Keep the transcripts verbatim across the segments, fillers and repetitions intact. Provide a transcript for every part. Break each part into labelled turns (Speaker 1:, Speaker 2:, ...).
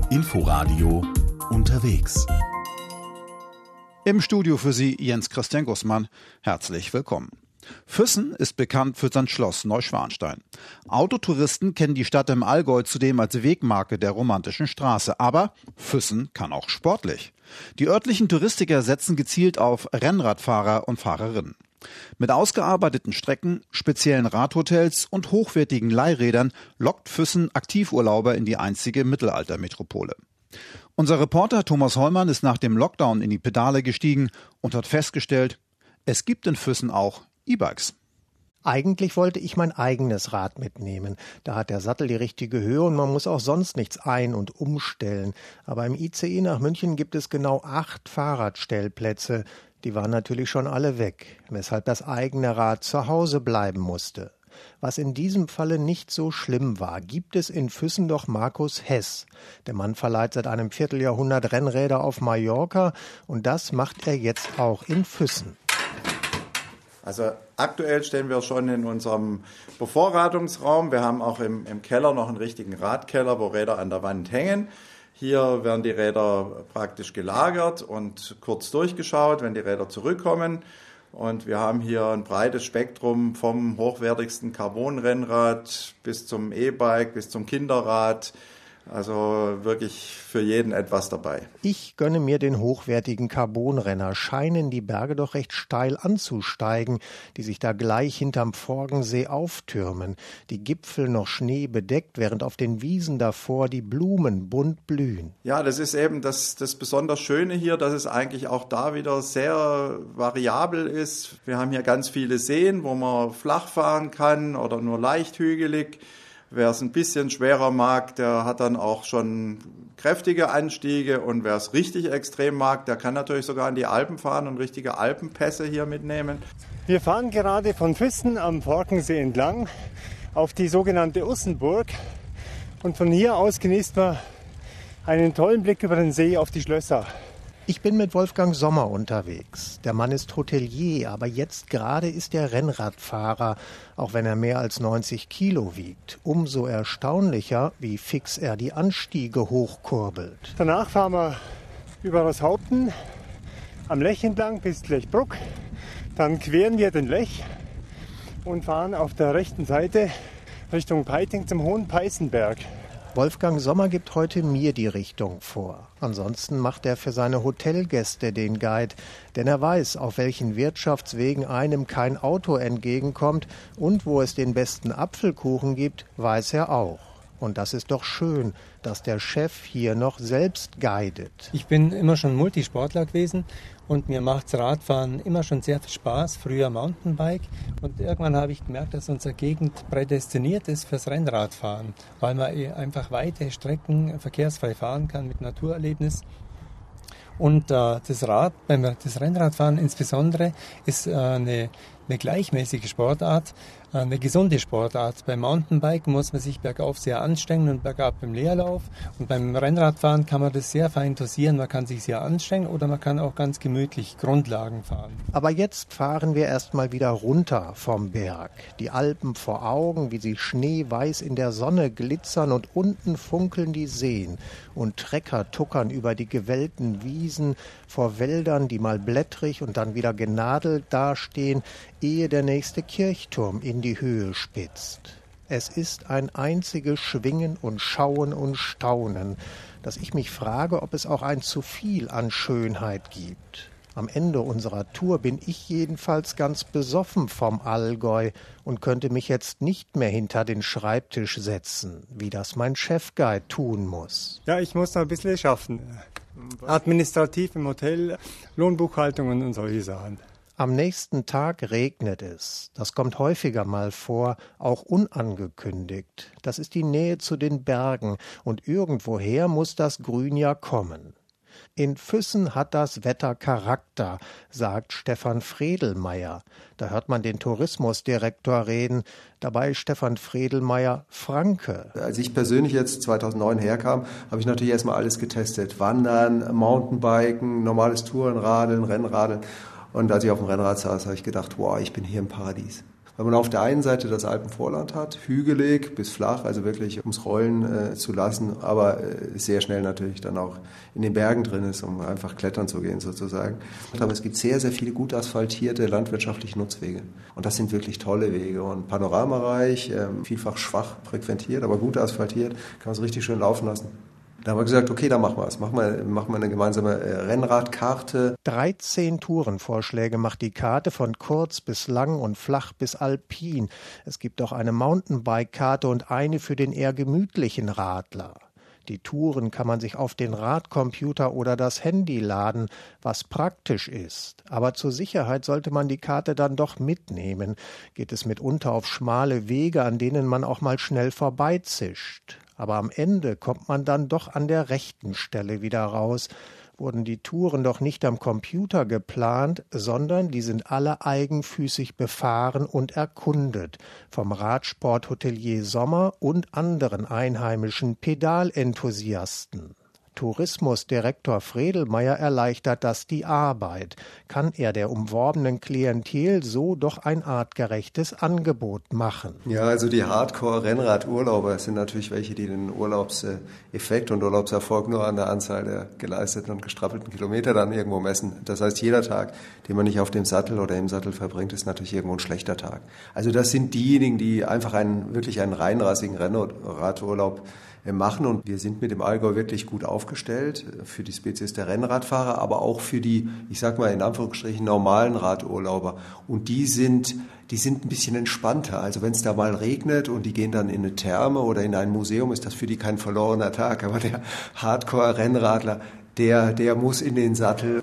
Speaker 1: Inforadio unterwegs.
Speaker 2: Im Studio für Sie Jens Christian Gussmann. Herzlich willkommen. Füssen ist bekannt für sein Schloss Neuschwanstein. Autotouristen kennen die Stadt im Allgäu zudem als Wegmarke der romantischen Straße. Aber Füssen kann auch sportlich. Die örtlichen Touristiker setzen gezielt auf Rennradfahrer und Fahrerinnen. Mit ausgearbeiteten Strecken, speziellen Radhotels und hochwertigen Leihrädern lockt Füssen Aktivurlauber in die einzige Mittelaltermetropole. Unser Reporter Thomas Hollmann ist nach dem Lockdown in die Pedale gestiegen und hat festgestellt, es gibt in Füssen auch E-Bikes.
Speaker 3: Eigentlich wollte ich mein eigenes Rad mitnehmen. Da hat der Sattel die richtige Höhe und man muss auch sonst nichts ein- und umstellen. Aber im I C E nach München gibt es genau acht Fahrradstellplätze. Die waren natürlich schon alle weg, weshalb das eigene Rad zu Hause bleiben musste. Was in diesem Falle nicht so schlimm war, gibt es in Füssen doch Markus Hess. Der Mann verleiht seit einem Vierteljahrhundert Rennräder auf Mallorca und das macht er jetzt auch in Füssen.
Speaker 4: Also aktuell stehen wir schon in unserem Bevorratungsraum. Wir haben auch im, im Keller noch einen richtigen Radkeller, wo Räder an der Wand hängen. Hier werden die Räder praktisch gelagert und kurz durchgeschaut, wenn die Räder zurückkommen. Und wir haben hier ein breites Spektrum vom hochwertigsten Carbon-Rennrad bis zum E-Bike, bis zum Kinderrad. Also wirklich für jeden etwas dabei.
Speaker 3: Ich gönne mir den hochwertigen Carbonrenner. Scheinen die Berge doch recht steil anzusteigen, die sich da gleich hinterm Forgensee auftürmen. Die Gipfel noch schneebedeckt, während auf den Wiesen davor die Blumen bunt blühen.
Speaker 4: Ja, das ist eben das, das besonders Schöne hier, dass es eigentlich auch da wieder sehr variabel ist. Wir haben hier ganz viele Seen, wo man flach fahren kann oder nur leicht hügelig. Wer es ein bisschen schwerer mag, der hat dann auch schon kräftige Anstiege und wer es richtig extrem mag, der kann natürlich sogar in die Alpen fahren und richtige Alpenpässe hier mitnehmen.
Speaker 5: Wir fahren gerade von Füssen am Forgensee entlang auf die sogenannte Ussenburg und von hier aus genießt man einen tollen Blick über den See auf die Schlösser.
Speaker 3: Ich bin mit Wolfgang Sommer unterwegs. Der Mann ist Hotelier, aber jetzt gerade ist er Rennradfahrer, auch wenn er mehr als neunzig Kilo wiegt. Umso erstaunlicher, wie fix er die Anstiege hochkurbelt.
Speaker 5: Danach fahren wir über Roßhaupten am Lech entlang bis Lechbruck. Dann queren wir den Lech und fahren auf der rechten Seite Richtung Peiting zum Hohen Peißenberg.
Speaker 3: Wolfgang Sommer gibt heute mir die Richtung vor. Ansonsten macht er für seine Hotelgäste den Guide, denn er weiß, auf welchen Wirtschaftswegen einem kein Auto entgegenkommt und wo es den besten Apfelkuchen gibt, weiß er auch. Und das ist doch schön, dass der Chef hier noch selbst guidet.
Speaker 6: Ich bin immer schon Multisportler gewesen und mir macht Radfahren immer schon sehr viel Spaß, früher Mountainbike. Und irgendwann habe ich gemerkt, dass unsere Gegend prädestiniert ist fürs Rennradfahren, weil man einfach weite Strecken verkehrsfrei fahren kann mit Naturerlebnis. Und äh, das Rad, beim das Rennradfahren insbesondere, ist äh, eine, eine gleichmäßige Sportart, äh, eine gesunde Sportart. Beim Mountainbiken muss man sich bergauf sehr anstrengen und bergab beim Leerlauf. Und beim Rennradfahren kann man das sehr fein dosieren. Man kann sich sehr anstrengen oder man kann auch ganz gemütlich Grundlagen fahren.
Speaker 3: Aber jetzt fahren wir erstmal wieder runter vom Berg. Die Alpen vor Augen, wie sie schneeweiß in der Sonne glitzern und unten funkeln die Seen. Und Trecker tuckern über die gewellten Wiesen vor Wäldern, die mal blättrig und dann wieder genadelt dastehen, ehe der nächste Kirchturm in die Höhe spitzt. Es ist ein einziges Schwingen und Schauen und Staunen, dass ich mich frage, ob es auch ein zu viel an Schönheit gibt. Am Ende unserer Tour bin ich jedenfalls ganz besoffen vom Allgäu und könnte mich jetzt nicht mehr hinter den Schreibtisch setzen, wie das mein Chefguide tun muss.
Speaker 5: Ja, ich muss noch ein bisschen schaffen. Administrativ im Hotel, Lohnbuchhaltung und solche Sachen.
Speaker 3: Am nächsten Tag regnet es. Das kommt häufiger mal vor, auch unangekündigt. Das ist die Nähe zu den Bergen und irgendwoher muss das Grün ja kommen. In Füssen hat das Wetter Charakter, sagt Stefan Fredelmeier. Da hört man den Tourismusdirektor reden. Dabei ist Stefan Fredelmeier Franke.
Speaker 7: Als ich persönlich jetzt zweitausendneun herkam, habe ich natürlich erstmal alles getestet. Wandern, Mountainbiken, normales Tourenradeln, Rennradeln. Und als ich auf dem Rennrad saß, habe ich gedacht, wow, ich bin hier im Paradies. weil man auf der einen Seite das Alpenvorland hat, hügelig bis flach, also wirklich ums Rollen äh, zu lassen, aber äh, sehr schnell natürlich dann auch in den Bergen drin ist, um einfach klettern zu gehen sozusagen. Aber es gibt sehr, sehr viele gut asphaltierte landwirtschaftliche Nutzwege und das sind wirklich tolle Wege und panoramareich, äh, vielfach schwach frequentiert, aber gut asphaltiert, kann man es richtig schön laufen lassen. Da haben wir gesagt, okay, dann machen wir es. Machen wir, machen wir eine gemeinsame Rennradkarte.
Speaker 3: dreizehn Tourenvorschläge macht die Karte von kurz bis lang und flach bis alpin. Es gibt auch eine Mountainbike-Karte und eine für den eher gemütlichen Radler. Die Touren kann man sich auf den Radcomputer oder das Handy laden, was praktisch ist. Aber zur Sicherheit sollte man die Karte dann doch mitnehmen. Geht es mitunter auf schmale Wege, an denen man auch mal schnell vorbeizischt. Aber am Ende kommt man dann doch an der rechten Stelle wieder raus. Wurden die Touren doch nicht am Computer geplant, sondern die sind alle eigenfüßig befahren und erkundet. Vom Radsporthotelier Sommer und anderen einheimischen Pedalenthusiasten. Tourismusdirektor Fredelmeier erleichtert das die Arbeit. Kann er der umworbenen Klientel so doch ein artgerechtes Angebot machen?
Speaker 7: Ja, also die Hardcore-Rennradurlauber sind natürlich welche, die den Urlaubseffekt und Urlaubserfolg nur an der Anzahl der geleisteten und gestrappelten Kilometer dann irgendwo messen. Das heißt, jeder Tag, den man nicht auf dem Sattel oder im Sattel verbringt, ist natürlich irgendwo ein schlechter Tag. Also das sind diejenigen, die einfach einen, wirklich einen reinrassigen Rennradurlaub machen und wir sind mit dem Allgäu wirklich gut aufgestellt für die Spezies der Rennradfahrer, aber auch für die, ich sag mal in Anführungsstrichen, normalen Radurlauber und die sind, die sind ein bisschen entspannter, also wenn es da mal regnet und die gehen dann in eine Therme oder in ein Museum, ist das für die kein verlorener Tag, aber der Hardcore-Rennradler, der, der muss in den Sattel.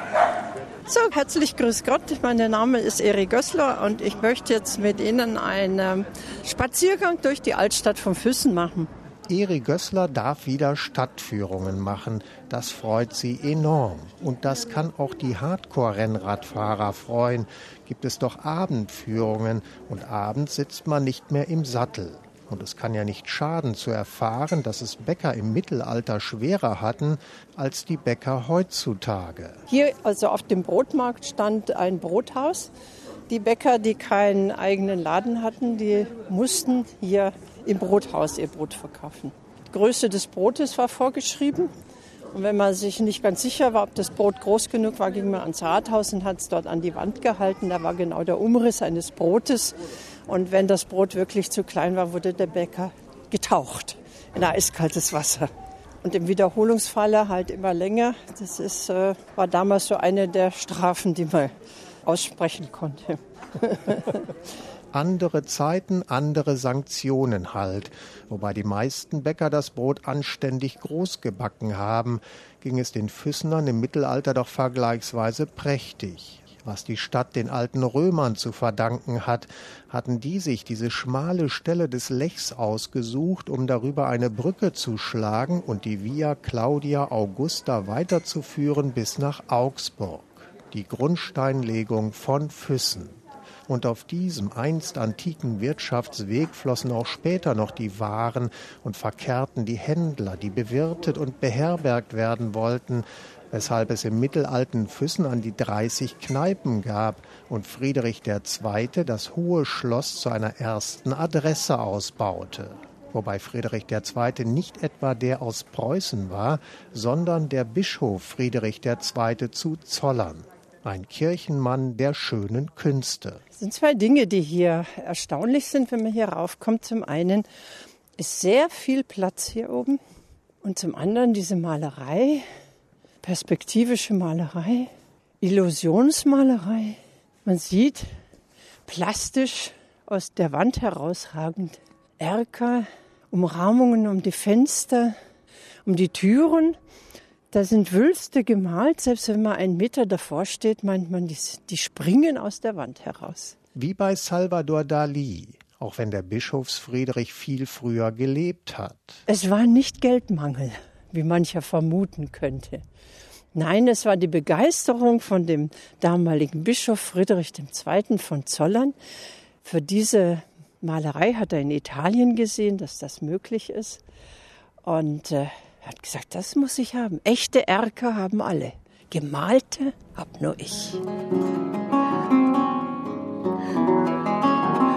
Speaker 8: So, herzlich grüß Gott, mein Name ist Eri Gössler und ich möchte jetzt mit Ihnen einen Spaziergang durch die Altstadt von Füssen machen.
Speaker 3: Eri Gössler darf wieder Stadtführungen machen. Das freut sie enorm. Und das kann auch die Hardcore-Rennradfahrer freuen. Gibt es doch Abendführungen und abends sitzt man nicht mehr im Sattel. Und es kann ja nicht schaden zu erfahren, dass es Bäcker im Mittelalter schwerer hatten als die Bäcker heutzutage.
Speaker 8: Hier also auf dem Brotmarkt stand ein Brothaus. Die Bäcker, die keinen eigenen Laden hatten, die mussten hier im Brothaus ihr Brot verkaufen. Die Größe des Brotes war vorgeschrieben. Und wenn man sich nicht ganz sicher war, ob das Brot groß genug war, ging man ans Rathaus und hat es dort an die Wand gehalten. Da war genau der Umriss eines Brotes. Und wenn das Brot wirklich zu klein war, wurde der Bäcker getaucht in eiskaltes Wasser. Und im Wiederholungsfalle halt immer länger. Das ist, äh, war damals so eine der Strafen, die man aussprechen konnte.
Speaker 3: Andere Zeiten, andere Sanktionen halt. Wobei die meisten Bäcker das Brot anständig groß gebacken haben, ging es den Füssenern im Mittelalter doch vergleichsweise prächtig. Was die Stadt den alten Römern zu verdanken hat, hatten die sich diese schmale Stelle des Lechs ausgesucht, um darüber eine Brücke zu schlagen und die Via Claudia Augusta weiterzuführen bis nach Augsburg. Die Grundsteinlegung von Füssen. Und auf diesem einst antiken Wirtschaftsweg flossen auch später noch die Waren und verkehrten die Händler, die bewirtet und beherbergt werden wollten, weshalb es im mittelalten Füssen an die dreißig Kneipen gab und Friedrich der Zweite das Hohe Schloss zu einer ersten Adresse ausbaute. Wobei Friedrich der Zweite nicht etwa der aus Preußen war, sondern der Bischof Friedrich der Zweite zu Zollern. Ein Kirchenmann der schönen Künste.
Speaker 8: Es sind zwei Dinge, die hier erstaunlich sind, wenn man hier raufkommt. Zum einen ist sehr viel Platz hier oben und zum anderen diese Malerei, perspektivische Malerei, Illusionsmalerei. Man sieht plastisch aus der Wand herausragend Erker, Umrahmungen um die Fenster, um die Türen. Da sind Wülste gemalt, selbst wenn man einen Meter davor steht, meint man, die, die springen aus der Wand heraus.
Speaker 3: Wie bei Salvador Dalí, auch wenn der Bischofsfriedrich viel früher gelebt hat.
Speaker 8: Es war nicht Geldmangel, wie mancher vermuten könnte. Nein, es war die Begeisterung von dem damaligen Bischof Friedrich der Zweite von Zollern. Für diese Malerei hat er in Italien gesehen, dass das möglich ist. Und äh, er hat gesagt, das muss ich haben. Echte Erker haben alle. Gemalte hab nur ich.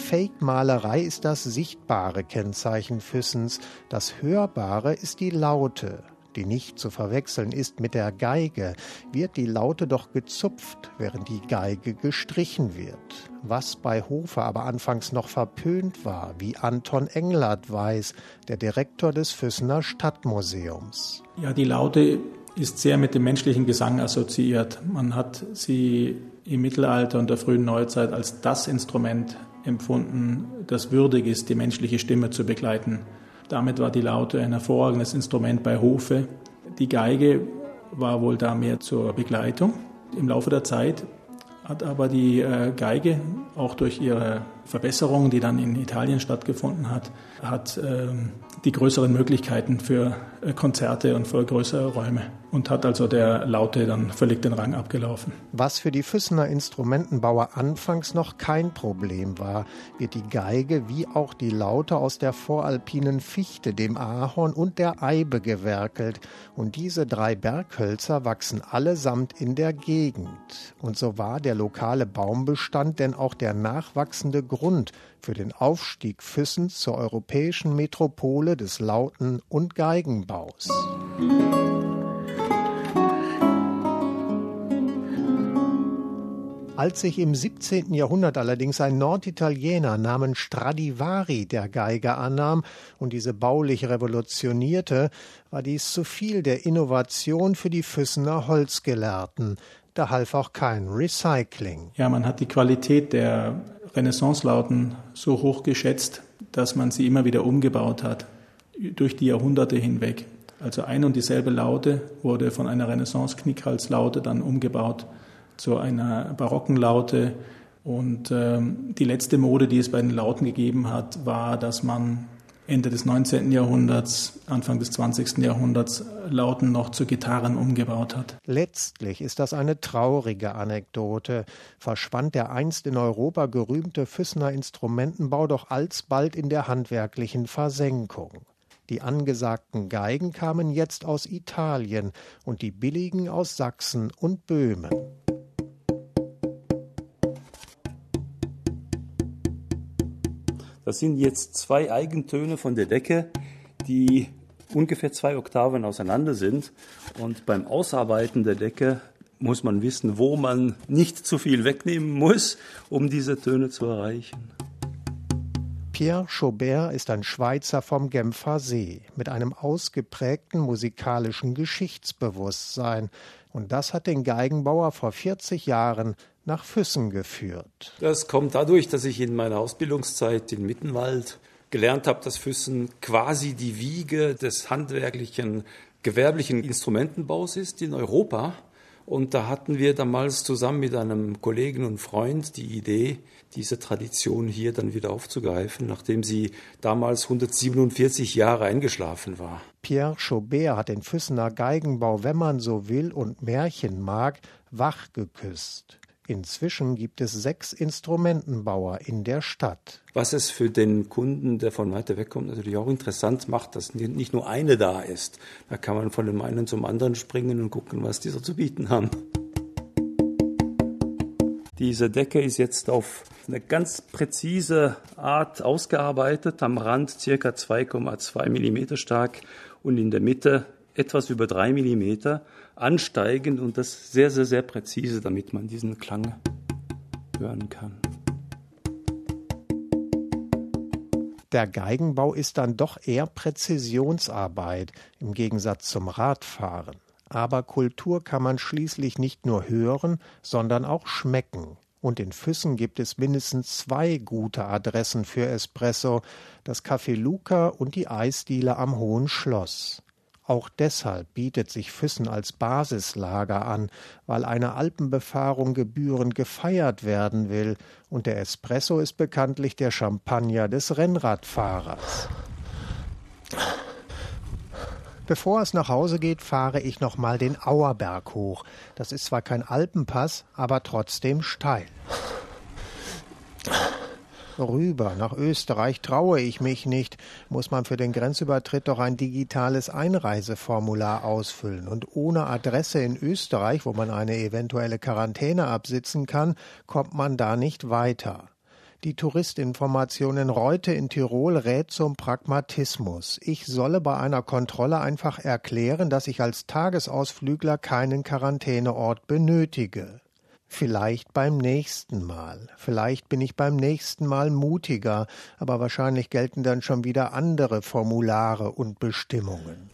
Speaker 3: Fake-Malerei ist das sichtbare Kennzeichen Füssens. Das Hörbare ist die Laute, die nicht zu verwechseln ist mit der Geige. Wird die Laute doch gezupft, während die Geige gestrichen wird. Was bei Hofe aber anfangs noch verpönt war, wie Anton Englert weiß, der Direktor des Füssener Stadtmuseums.
Speaker 9: Ja, die Laute ist sehr mit dem menschlichen Gesang assoziiert. Man hat sie im Mittelalter und der frühen Neuzeit als das Instrument empfunden, das würdig ist, die menschliche Stimme zu begleiten. Damit war die Laute ein hervorragendes Instrument bei Hofe. Die Geige war wohl da mehr zur Begleitung. Im Laufe der Zeit hat aber die Geige, auch durch ihre Verbesserung, die dann in Italien stattgefunden hat, hat ähm, die größeren Möglichkeiten für Konzerte und für größere Räume und hat also der Laute dann völlig den Rang abgelaufen.
Speaker 3: Was für die Füssener Instrumentenbauer anfangs noch kein Problem war, wird die Geige wie auch die Laute aus der voralpinen Fichte, dem Ahorn und der Eibe gewerkelt. Und diese drei Berghölzer wachsen allesamt in der Gegend. Und so war der lokale Baumbestand denn auch der nachwachsende Grund für den Aufstieg Füssens zur europäischen Metropole des Lauten- und Geigenbaus. Als sich im siebzehnten Jahrhundert allerdings ein Norditaliener namens Stradivari der Geige annahm und diese baulich revolutionierte, war dies zu viel der Innovation für die Füssener Holzgelehrten. Da half auch kein Recycling.
Speaker 9: Ja, man hat die Qualität der Renaissance-Lauten so hoch geschätzt, dass man sie immer wieder umgebaut hat, durch die Jahrhunderte hinweg. Also ein und dieselbe Laute wurde von einer Renaissance-Knickhalslaute dann umgebaut zu einer barocken Laute. Und ähm, die letzte Mode, die es bei den Lauten gegeben hat, war, dass man Ende des neunzehnten Jahrhunderts, Anfang des zwanzigsten Jahrhunderts Lauten noch zu Gitarren umgebaut hat.
Speaker 3: Letztlich ist das eine traurige Anekdote. Verschwand der einst in Europa gerühmte Füssener Instrumentenbau doch alsbald in der handwerklichen Versenkung. Die angesagten Geigen kamen jetzt aus Italien und die billigen aus Sachsen und Böhmen.
Speaker 10: Das sind jetzt zwei Eigentöne von der Decke, die ungefähr zwei Oktaven auseinander sind. Und beim Ausarbeiten der Decke muss man wissen, wo man nicht zu viel wegnehmen muss, um diese Töne zu erreichen.
Speaker 3: Pierre Schaubert ist ein Schweizer vom Genfer See mit einem ausgeprägten musikalischen Geschichtsbewusstsein. Und das hat den Geigenbauer vor vierzig Jahren nach Füssen geführt.
Speaker 10: Das kommt dadurch, dass ich in meiner Ausbildungszeit in Mittenwald gelernt habe, dass Füssen quasi die Wiege des handwerklichen, gewerblichen Instrumentenbaus ist in Europa. Und da hatten wir damals zusammen mit einem Kollegen und Freund die Idee, diese Tradition hier dann wieder aufzugreifen, nachdem sie damals hundertsiebenundvierzig Jahre eingeschlafen war.
Speaker 3: Pierre Schaubert hat den Füssener Geigenbau, wenn man so will und Märchen mag, wach geküsst. Inzwischen gibt es sechs Instrumentenbauer in der Stadt.
Speaker 10: Was es für den Kunden, der von weiter weg kommt, natürlich auch interessant macht, dass nicht nur eine da ist. Da kann man von dem einen zum anderen springen und gucken, was die so zu bieten haben. Diese Decke ist jetzt auf eine ganz präzise Art ausgearbeitet, am Rand ca. zwei Komma zwei Millimeter stark und in der Mitte etwas über drei Millimeter, ansteigend und das sehr, sehr, sehr präzise, damit man diesen Klang hören kann.
Speaker 3: Der Geigenbau ist dann doch eher Präzisionsarbeit im Gegensatz zum Radfahren. Aber Kultur kann man schließlich nicht nur hören, sondern auch schmecken. Und in Füssen gibt es mindestens zwei gute Adressen für Espresso, das Café Luca und die Eisdiele am Hohen Schloss. Auch deshalb bietet sich Füssen als Basislager an, weil eine Alpenbefahrung gebührend gefeiert werden will. Und der Espresso ist bekanntlich der Champagner des Rennradfahrers. Bevor es nach Hause geht, fahre ich nochmal den Auerberg hoch. Das ist zwar kein Alpenpass, aber trotzdem steil. Rüber nach Österreich traue ich mich nicht, muss man für den Grenzübertritt doch ein digitales Einreiseformular ausfüllen. Und ohne Adresse in Österreich, wo man eine eventuelle Quarantäne absitzen kann, kommt man da nicht weiter. Die Touristinformation in Reute in Tirol rät zum Pragmatismus. Ich solle bei einer Kontrolle einfach erklären, dass ich als Tagesausflügler keinen Quarantäneort benötige. Vielleicht beim nächsten Mal. Vielleicht bin ich beim nächsten Mal mutiger, aber wahrscheinlich gelten dann schon wieder andere Formulare und Bestimmungen.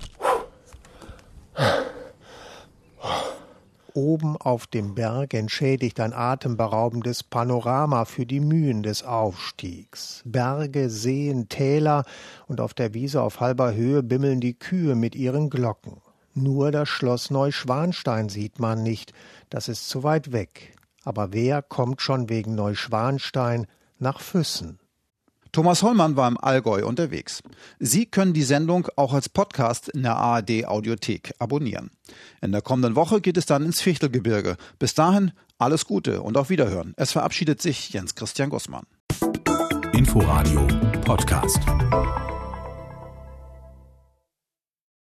Speaker 3: Oben auf dem Berg entschädigt ein atemberaubendes Panorama für die Mühen des Aufstiegs. Berge, Seen, Täler und auf der Wiese auf halber Höhe bimmeln die Kühe mit ihren Glocken. Nur das Schloss Neuschwanstein sieht man nicht, das ist zu weit weg. Aber wer kommt schon wegen Neuschwanstein nach Füssen?
Speaker 2: Thomas Hollmann war im Allgäu unterwegs. Sie können die Sendung auch als Podcast in der A R D-Audiothek abonnieren. In der kommenden Woche geht es dann ins Fichtelgebirge. Bis dahin alles Gute und auf Wiederhören. Es verabschiedet sich Jens Christian Gussmann.
Speaker 1: Inforadio Podcast.